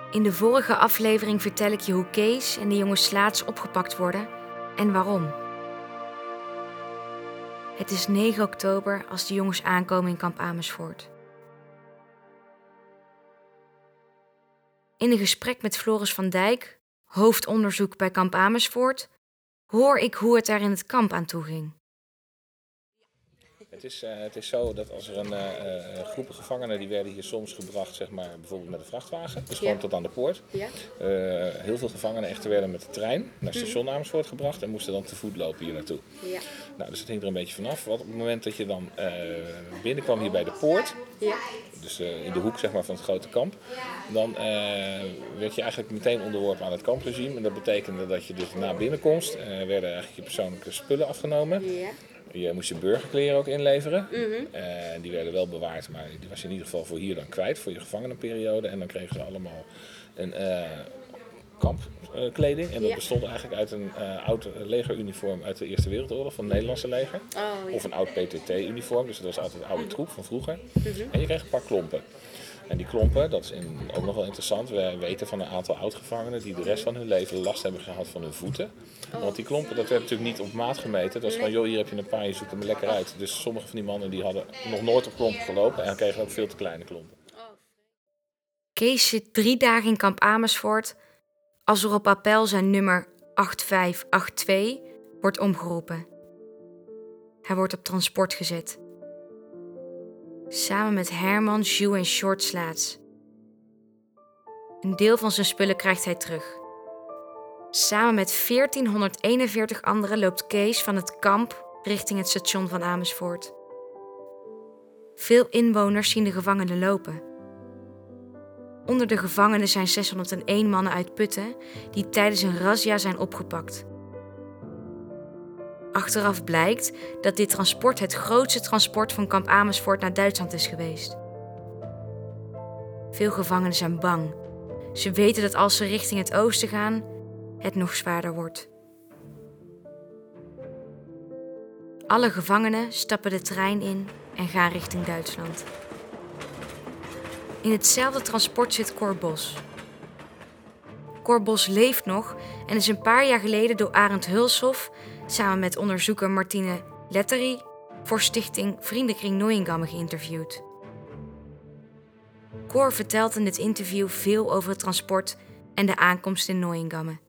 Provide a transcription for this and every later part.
In de vorige aflevering vertel ik je hoe Kees en de jonge Slaats opgepakt worden en waarom. Het is 9 oktober als de jongens aankomen in kamp Amersfoort. In een gesprek met Floris van Dijk, hoofdonderzoek bij kamp Amersfoort, hoor ik hoe het er in het kamp aan toe ging. Het is zo dat als er groepen gevangenen die werden hier soms gebracht, zeg maar, bijvoorbeeld met een vrachtwagen, dus gewoon tot aan de poort. Ja. Heel veel gevangenen echter werden met de trein naar station Amersfoort gebracht en moesten dan te voet lopen hier naartoe. Ja. Nou, dus het hing er een beetje vanaf. Want op het moment dat je dan binnenkwam hier bij de poort, dus in de hoek zeg maar, van het grote kamp, dan werd je eigenlijk meteen onderworpen aan het kampregime. En dat betekende dat je dus na binnenkomst werden eigenlijk je persoonlijke spullen afgenomen. Ja. Je moest je burgerkleren ook inleveren. Die werden wel bewaard, maar die was je in ieder geval voor hier dan kwijt, voor je gevangenenperiode. En dan kregen ze allemaal een kampkleding. En dat bestond eigenlijk uit een oud legeruniform uit de Eerste Wereldoorlog van het Nederlandse leger. Oh, ja. Of een oud PTT-uniform, dus dat was altijd een oude troep van vroeger. En je kreeg een paar klompen. En die klompen, dat is ook nog wel interessant. We weten van een aantal oud-gevangenen die de rest van hun leven last hebben gehad van hun voeten. Want die klompen, dat werd natuurlijk niet op maat gemeten. Dat was van, joh, hier heb je een paar, je zoekt hem lekker uit. Dus sommige van die mannen die hadden nog nooit op klompen gelopen en kregen ook veel te kleine klompen. Kees zit 3 dagen in kamp Amersfoort als er op appel zijn nummer 8582 wordt omgeroepen. Hij wordt op transport gezet. Samen met Herman, Jules en Short Slaats. Een deel van zijn spullen krijgt hij terug. Samen met 1441 anderen loopt Kees van het kamp richting het station van Amersfoort. Veel inwoners zien de gevangenen lopen. Onder de gevangenen zijn 601 mannen uit Putten die tijdens een razzia zijn opgepakt. Achteraf blijkt dat dit transport het grootste transport van kamp Amersfoort naar Duitsland is geweest. Veel gevangenen zijn bang. Ze weten dat als ze richting het oosten gaan, het nog zwaarder wordt. Alle gevangenen stappen de trein in en gaan richting Duitsland. In hetzelfde transport zit Cor Bos. Cor Bos leeft nog en is een paar jaar geleden door Arend Hulshoff samen met onderzoeker Martine Lettery voor stichting Vriendenkring Neuengamme geïnterviewd. Cor vertelt in dit interview veel over het transport en de aankomst in Neuengamme.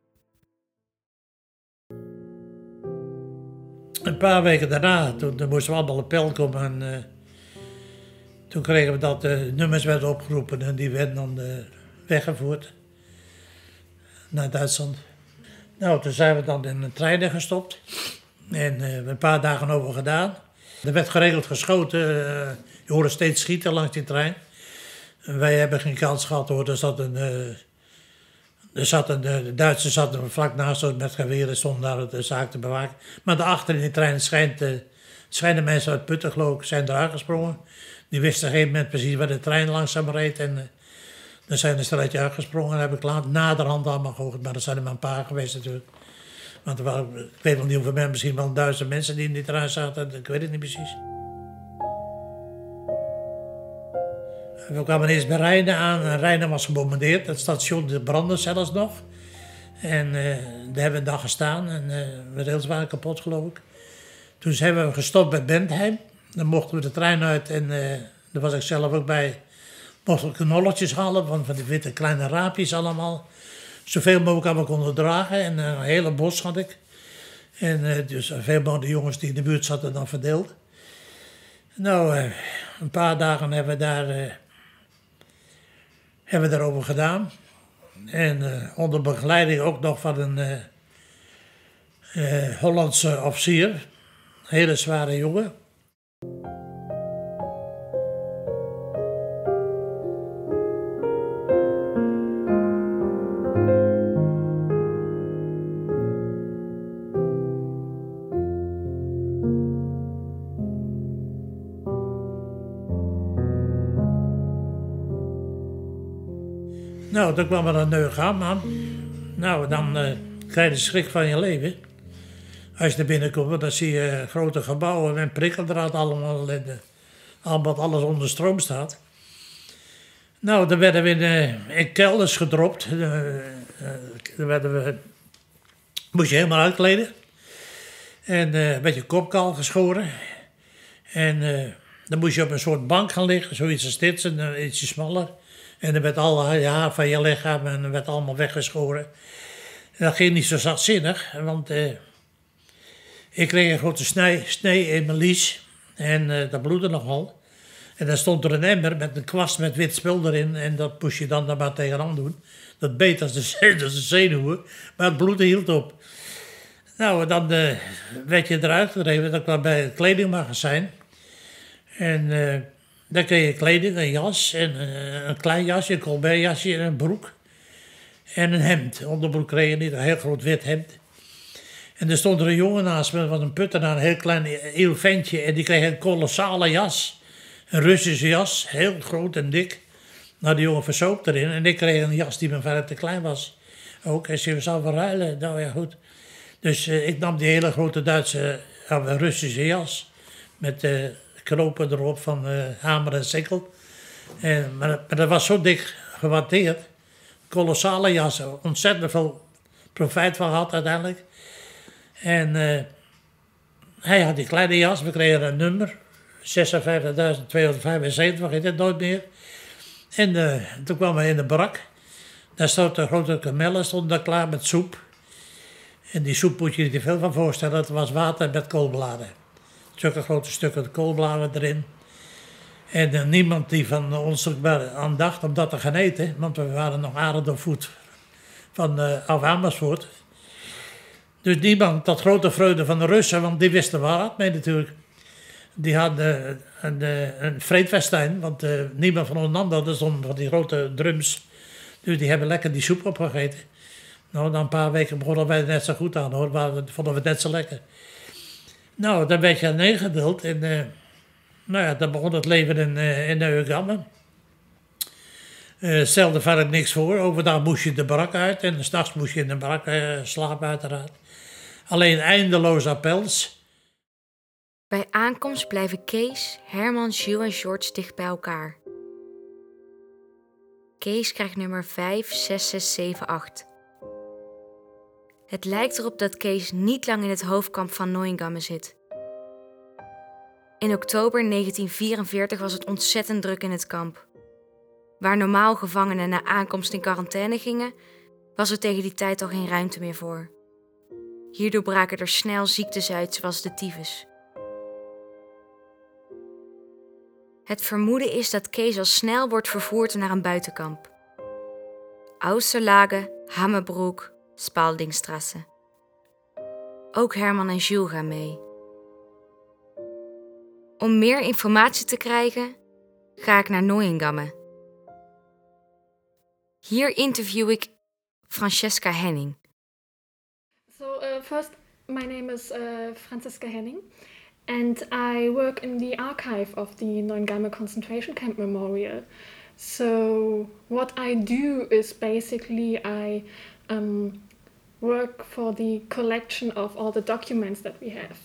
Een paar weken daarna, toen moesten we allemaal op appel komen en toen kregen we dat de nummers werden opgeroepen en die werden dan weggevoerd naar Duitsland. Nou, toen zijn we dan in een trein gestopt en een paar dagen over gedaan. Er werd geregeld geschoten, je hoorde steeds schieten langs die trein. En wij hebben geen kans gehad hoor, de Duitsers zaten vlak naast ons met geweren, stonden daar de zaak te bewaken. Maar daarachter in die trein schijnen mensen uit Putten geloof ik, zijn eruit gesprongen. Die wisten op een gegeven moment precies waar de trein langzaam reed en dan zijn er stelletje uitgesprongen en heb ik naderhand allemaal gehoord. Maar er zijn er maar een paar geweest natuurlijk. Want er waren, ik weet nog niet hoeveel mensen, misschien wel 1000 mensen die in die trein zaten, ik weet het niet precies. We kwamen eerst bij Rijnen aan en Rijnen was gebombardeerd. Het station brandde zelfs nog. En daar hebben we een dag gestaan en werd heel zwaar kapot geloof ik. Toen zijn we gestopt bij Bentheim. Dan mochten we de trein uit en daar was ik zelf ook bij. Mochten we knolletjes halen van die witte kleine raapjes allemaal. Zoveel mogelijk aan we konden dragen en een hele bos had ik. En dus veel mogelijk de jongens die in de buurt zaten dan verdeeld. Nou, een paar dagen hebben we daarover gedaan. En onder begeleiding ook nog van een Hollandse officier. Een hele zware jongen. Nou, toen kwam er een Neuengamme. Nou, dan krijg je de schrik van je leven. Als je er binnenkomt, dan zie je grote gebouwen en prikkeldraad allemaal. Allemaal alles onder stroom staat. Nou, dan werden we in kelders gedropt. Moest je helemaal uitkleden. En een beetje kopkaal geschoren. En dan moest je op een soort bank gaan liggen, zoiets als dit, ietsje smaller. En dan werd al je haar van je lichaam en werd allemaal weggeschoren. En dat ging niet zo zachtzinnig, want ik kreeg een grote snee in mijn lies. En dat bloedde nogal. En dan stond er een emmer met een kwast met wit spul erin. En dat moest je dan daar maar tegenaan doen. Dat beet als de zenuwen, maar het bloeden hield op. Nou, dan werd je eruit gedreven. Dat kwam bij het kledingmagazijn. En dan kreeg je kleding, een jas, en een klein jasje, een colbertjasje en een broek. En een hemd. Onderbroek kreeg je niet, een heel groot wit hemd. En er stond er een jongen naast me, van een puttenaar, een heel klein eeuw ventje. En die kreeg een kolossale jas. Een Russische jas, heel groot en dik. Nou, die jongen versoopt erin. En ik kreeg een jas die me verder te klein was. Ook, en ze zou verruilen. Nou ja, goed. Dus ik nam die hele grote Duitse, Russische jas. Met knopen erop van hamer en sikkel. Maar dat was zo dik gewatteerd. Kolossale jas. Ontzettend veel profijt van gehad uiteindelijk. En hij had die kleine jas. We kregen een nummer. 56.275, vergeet het nooit meer. En toen kwamen we in de barak. Daar stond een grote kamellen, stond daar klaar met soep. En die soep moet je je niet veel van voorstellen. Dat was water met koolbladen. Zulke grote stukken koolbladen erin. En niemand die van ons er aan dacht om dat te gaan eten. Want we waren nog aardig op voet van af Amersfoort. Dus niemand, tot grote vreugde van de Russen, want die wisten waar het mee natuurlijk. Die hadden een vreedfestijn, want niemand van ons nam dat. Er stonden van die grote drums. Dus die hebben lekker die soep opgegeten. Nou, na een paar weken begonnen wij er net zo goed aan, hoor. Vonden we het net zo lekker. Nou, dan werd je neergeduld en nou ja, dan begon het leven in Neuengamme. Stelde verder niks voor. Overdag moest je de barak uit en 's nachts moest je in de barak slapen uiteraard. Alleen eindeloos appels. Bij aankomst blijven Kees, Herman, Jules en George dicht bij elkaar. Kees krijgt nummer 56678. Het lijkt erop dat Kees niet lang in het hoofdkamp van Neuengamme zit. In oktober 1944 was het ontzettend druk in het kamp. Waar normaal gevangenen na aankomst in quarantaine gingen, was er tegen die tijd al geen ruimte meer voor. Hierdoor braken er snel ziektes uit, zoals de tyfus. Het vermoeden is dat Kees al snel wordt vervoerd naar een buitenkamp. Austerlage, Hammerbroek, Spaldingstrasse. Ook Herman en Jules gaan mee. Om meer informatie te krijgen, ga ik naar Neuengamme. Hier interview ik Francesca Henning. So first, my name is Francesca Henning. And I work in the archive of the Neuengamme concentration camp memorial. So what I do is basically I work for the collection of all the documents that we have.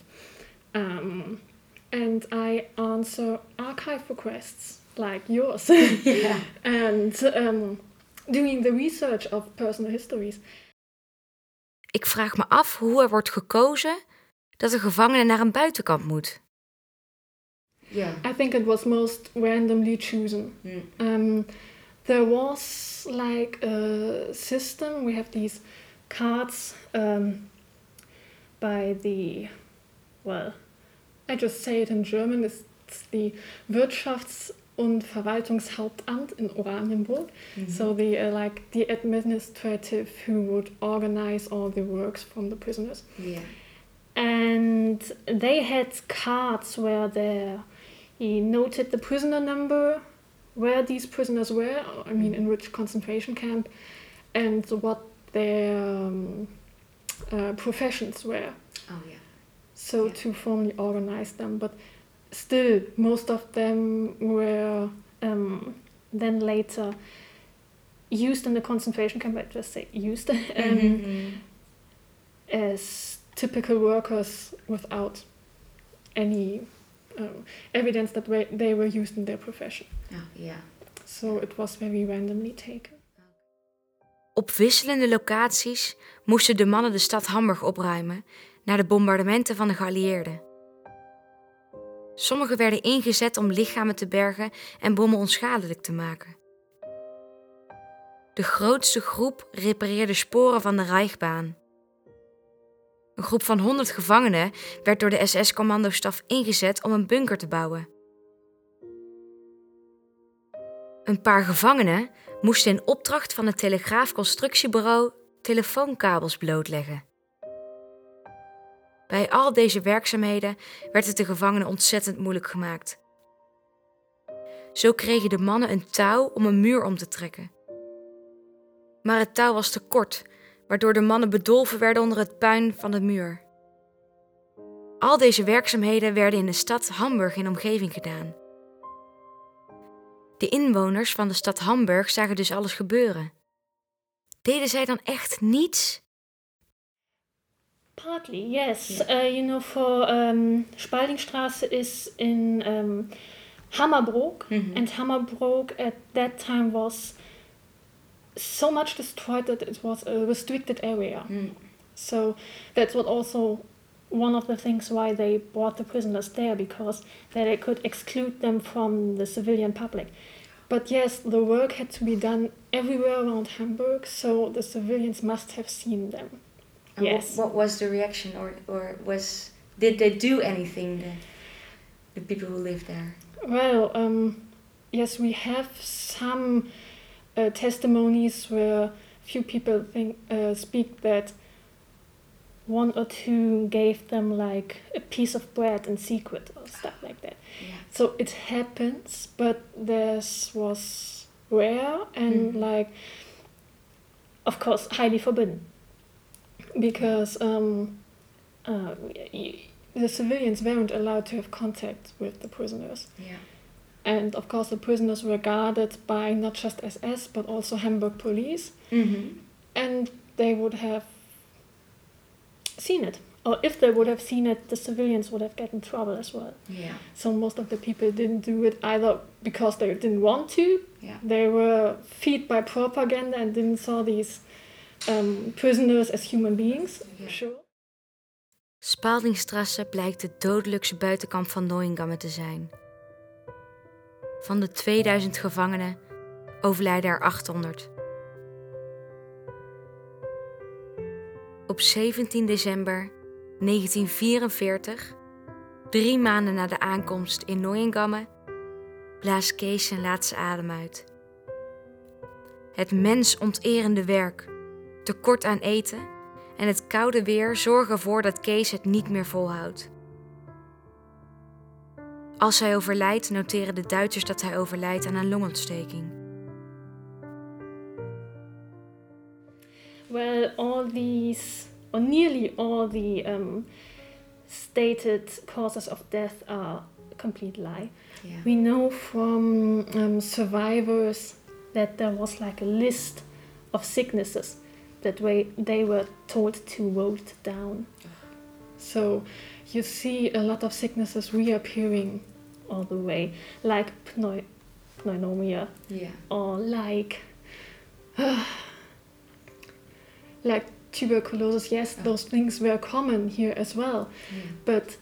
And I answer archive requests like yours. Yeah. And doing the research of personal histories. Ik vraag me af hoe er wordt gekozen dat een gevangene naar een buitenkamp moet. Yeah. I think it was most randomly chosen. There was like a system. We have these cards by the, well, I just say it in German, it's the Wirtschafts- und Verwaltungshauptamt in Oranienburg. Mm-hmm. So the administrative who would organize all the works from the prisoners. Yeah. And they had cards where he noted the prisoner number, where these prisoners were, I mean in which concentration camp, and what their professions were. Oh yeah. So yeah. To formally organize them, but still most of them were then later used in the concentration camp. I just say used as typical workers without any evidence that they were used in their profession. Oh, yeah. So it was very randomly taken. Op wisselende locaties moesten de mannen de stad Hamburg opruimen na de bombardementen van de geallieerden. Sommige werden ingezet om lichamen te bergen en bommen onschadelijk te maken. De grootste groep repareerde sporen van de Reichsbahn. Een groep van 100 gevangenen werd door de SS-commandostaf ingezet om een bunker te bouwen. Een paar gevangenen moesten in opdracht van het telegraafconstructiebureau telefoonkabels blootleggen. Bij al deze werkzaamheden werd het de gevangenen ontzettend moeilijk gemaakt. Zo kregen de mannen een touw om een muur om te trekken. Maar het touw was te kort, waardoor de mannen bedolven werden onder het puin van de muur. Al deze werkzaamheden werden in de stad Hamburg en omgeving gedaan. De inwoners van de stad Hamburg zagen dus alles gebeuren. Deden zij dan echt niets? Partly, yes. For Spaldingstraße is in Hammerbrook, and Hammerbrook at that time was so much destroyed that it was a restricted area. So that's what also one of the things why they brought the prisoners there, because they could exclude them from the civilian public. But yes, the work had to be done everywhere around Hamburg, so the civilians must have seen them. Yes. What was the reaction, or did they do anything, the people who lived there? Well, yes, we have some testimonies where few people speak that one or two gave them like a piece of bread in secret or stuff like that. Yeah. So it happens, but this was rare and like, of course, highly forbidden. Because the civilians weren't allowed to have contact with the prisoners. Yeah. And of course the prisoners were guarded by not just SS but also Hamburg police. And they would have seen it. Or if they would have seen it, the civilians would have gotten in trouble as well. Yeah. So most of the people didn't do it either because they didn't want to. Yeah. They were fed by propaganda and didn't saw these prisoners as human beings. Yeah. Sure. Spaldingstraße blijkt de dodelijkste buitenkamp van Neuengamme te zijn. Van de 2000 gevangenen overlijden er 800. Op 17 december 1944, 3 maanden na de aankomst in Neuengamme, blaast Kees zijn laatste adem uit. Het mensonterende werk, tekort aan eten en het koude weer zorgen ervoor dat Kees het niet meer volhoudt. Als hij overlijdt, noteren de Duitsers dat hij overlijdt aan een longontsteking. Well, nearly all the stated causes of death are a complete lie. Yeah. We know from survivors that there was like a list of sicknesses that they were told to vote down. So you see a lot of sicknesses reappearing all the way, like pneumonia, or like tuberculosis. Yes, those things were common here as well, but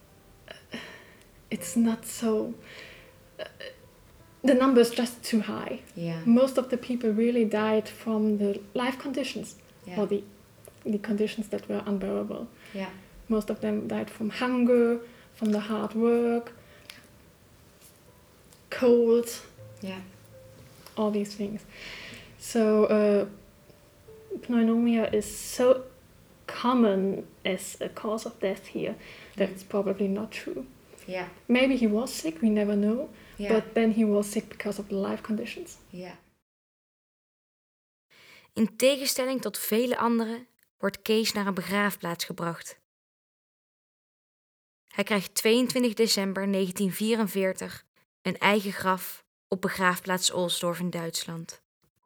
it's not so. The number is just too high. Yeah. Most of the people really died from the life conditions, or the conditions that were unbearable. Yeah. Most of them died from hunger, from the hard work, cold, all these things. So pneumonia is so common as a cause of death here that it's probably not true. Yeah. Maybe he was sick, we never know, but then he was sick because of the life conditions. Yeah. In tegenstelling tot vele anderen wordt Kees naar een begraafplaats gebracht. Hij krijgt 22 december 1944 een eigen graf op begraafplaats Ohlsdorf in Duitsland.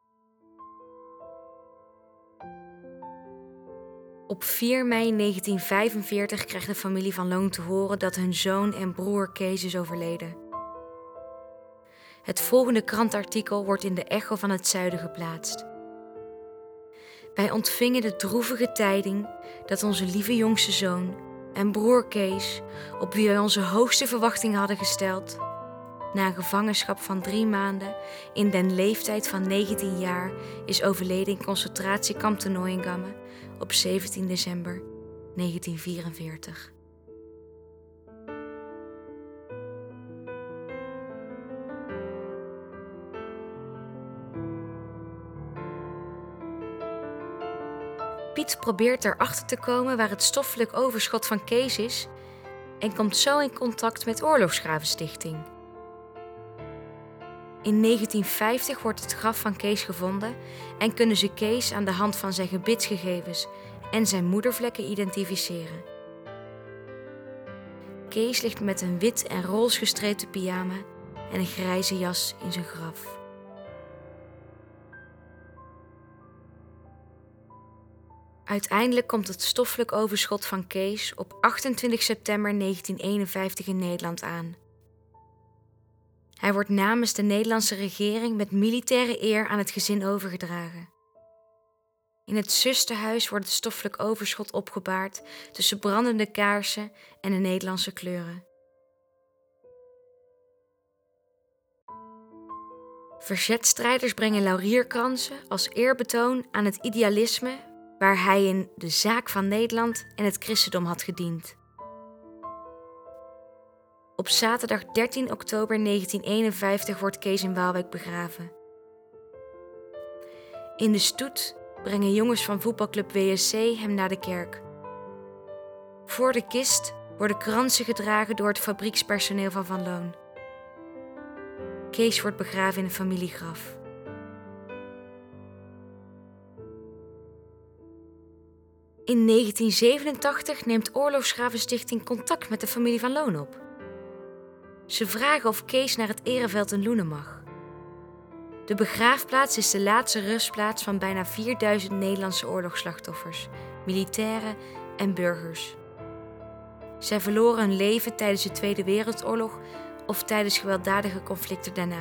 Op 4 mei 1945 krijgt de familie van Loon te horen dat hun zoon en broer Kees is overleden. Het volgende krantartikel wordt in de Echo van het Zuiden geplaatst. Wij ontvingen de droevige tijding dat onze lieve jongste zoon en broer Kees, op wie wij onze hoogste verwachtingen hadden gesteld, na een gevangenschap van 3 maanden in den leeftijd van 19 jaar is overleden in concentratiekamp te Neuengamme op 17 december 1944. Piet probeert erachter te komen waar het stoffelijk overschot van Kees is en komt zo in contact met Oorlogsgravenstichting. In 1950 wordt het graf van Kees gevonden en kunnen ze Kees aan de hand van zijn gebitsgegevens en zijn moedervlekken identificeren. Kees ligt met een wit en roze gestreepte pyjama en een grijze jas in zijn graf. Uiteindelijk komt het stoffelijk overschot van Kees op 28 september 1951 in Nederland aan. Hij wordt namens de Nederlandse regering met militaire eer aan het gezin overgedragen. In het zusterhuis wordt het stoffelijk overschot opgebaard tussen brandende kaarsen en de Nederlandse kleuren. Verzetstrijders brengen laurierkransen als eerbetoon aan het idealisme waar hij in de zaak van Nederland en het christendom had gediend. Op zaterdag 13 oktober 1951 wordt Kees in Waalwijk begraven. In de stoet brengen jongens van voetbalclub WSC hem naar de kerk. Voor de kist worden kransen gedragen door het fabriekspersoneel van Van Loon. Kees wordt begraven in een familiegraf. In 1987 neemt Oorlogsgravenstichting contact met de familie Van Loon op. Ze vragen of Kees naar het ereveld in Loenen mag. De begraafplaats is de laatste rustplaats van bijna 4000 Nederlandse oorlogsslachtoffers, militairen en burgers. Zij verloren hun leven tijdens de Tweede Wereldoorlog of tijdens gewelddadige conflicten daarna.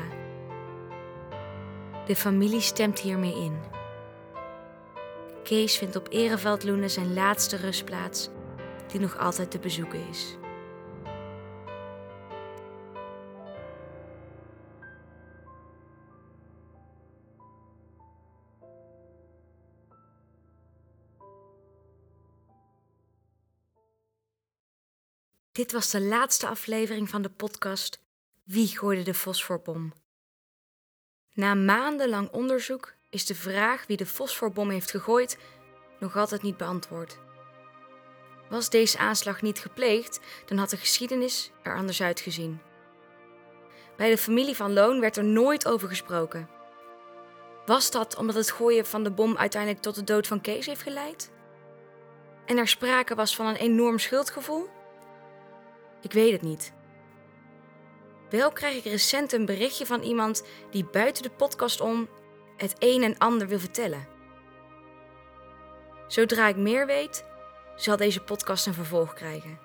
De familie stemt hiermee in. Kees vindt op Ereveld Loenen zijn laatste rustplaats, die nog altijd te bezoeken is. Dit was de laatste aflevering van de podcast Wie gooide de fosforbom? Na maandenlang onderzoek is de vraag wie de fosforbom heeft gegooid nog altijd niet beantwoord. Was deze aanslag niet gepleegd, dan had de geschiedenis er anders uitgezien. Bij de familie Van Loon werd er nooit over gesproken. Was dat omdat het gooien van de bom uiteindelijk tot de dood van Kees heeft geleid? En er sprake was van een enorm schuldgevoel? Ik weet het niet. Wel krijg ik recent een berichtje van iemand die buiten de podcast om het een en ander wil vertellen. Zodra ik meer weet, zal deze podcast een vervolg krijgen.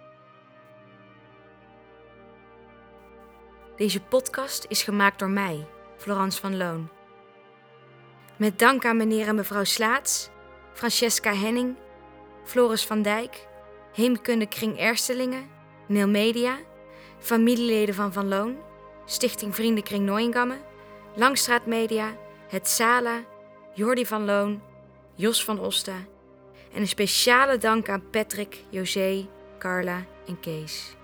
Deze podcast is gemaakt door mij, Florence van Loon. Met dank aan meneer en mevrouw Slaats, Francesca Henning, Floris van Dijk, Heemkunde Kring Erstelingen, Neel Media, familieleden van Van Loon, Stichting Vriendenkring Neuengamme, Langstraat Media, Het Sala, Jordi van Loon, Jos van Osta en een speciale dank aan Patrick, José, Carla en Kees.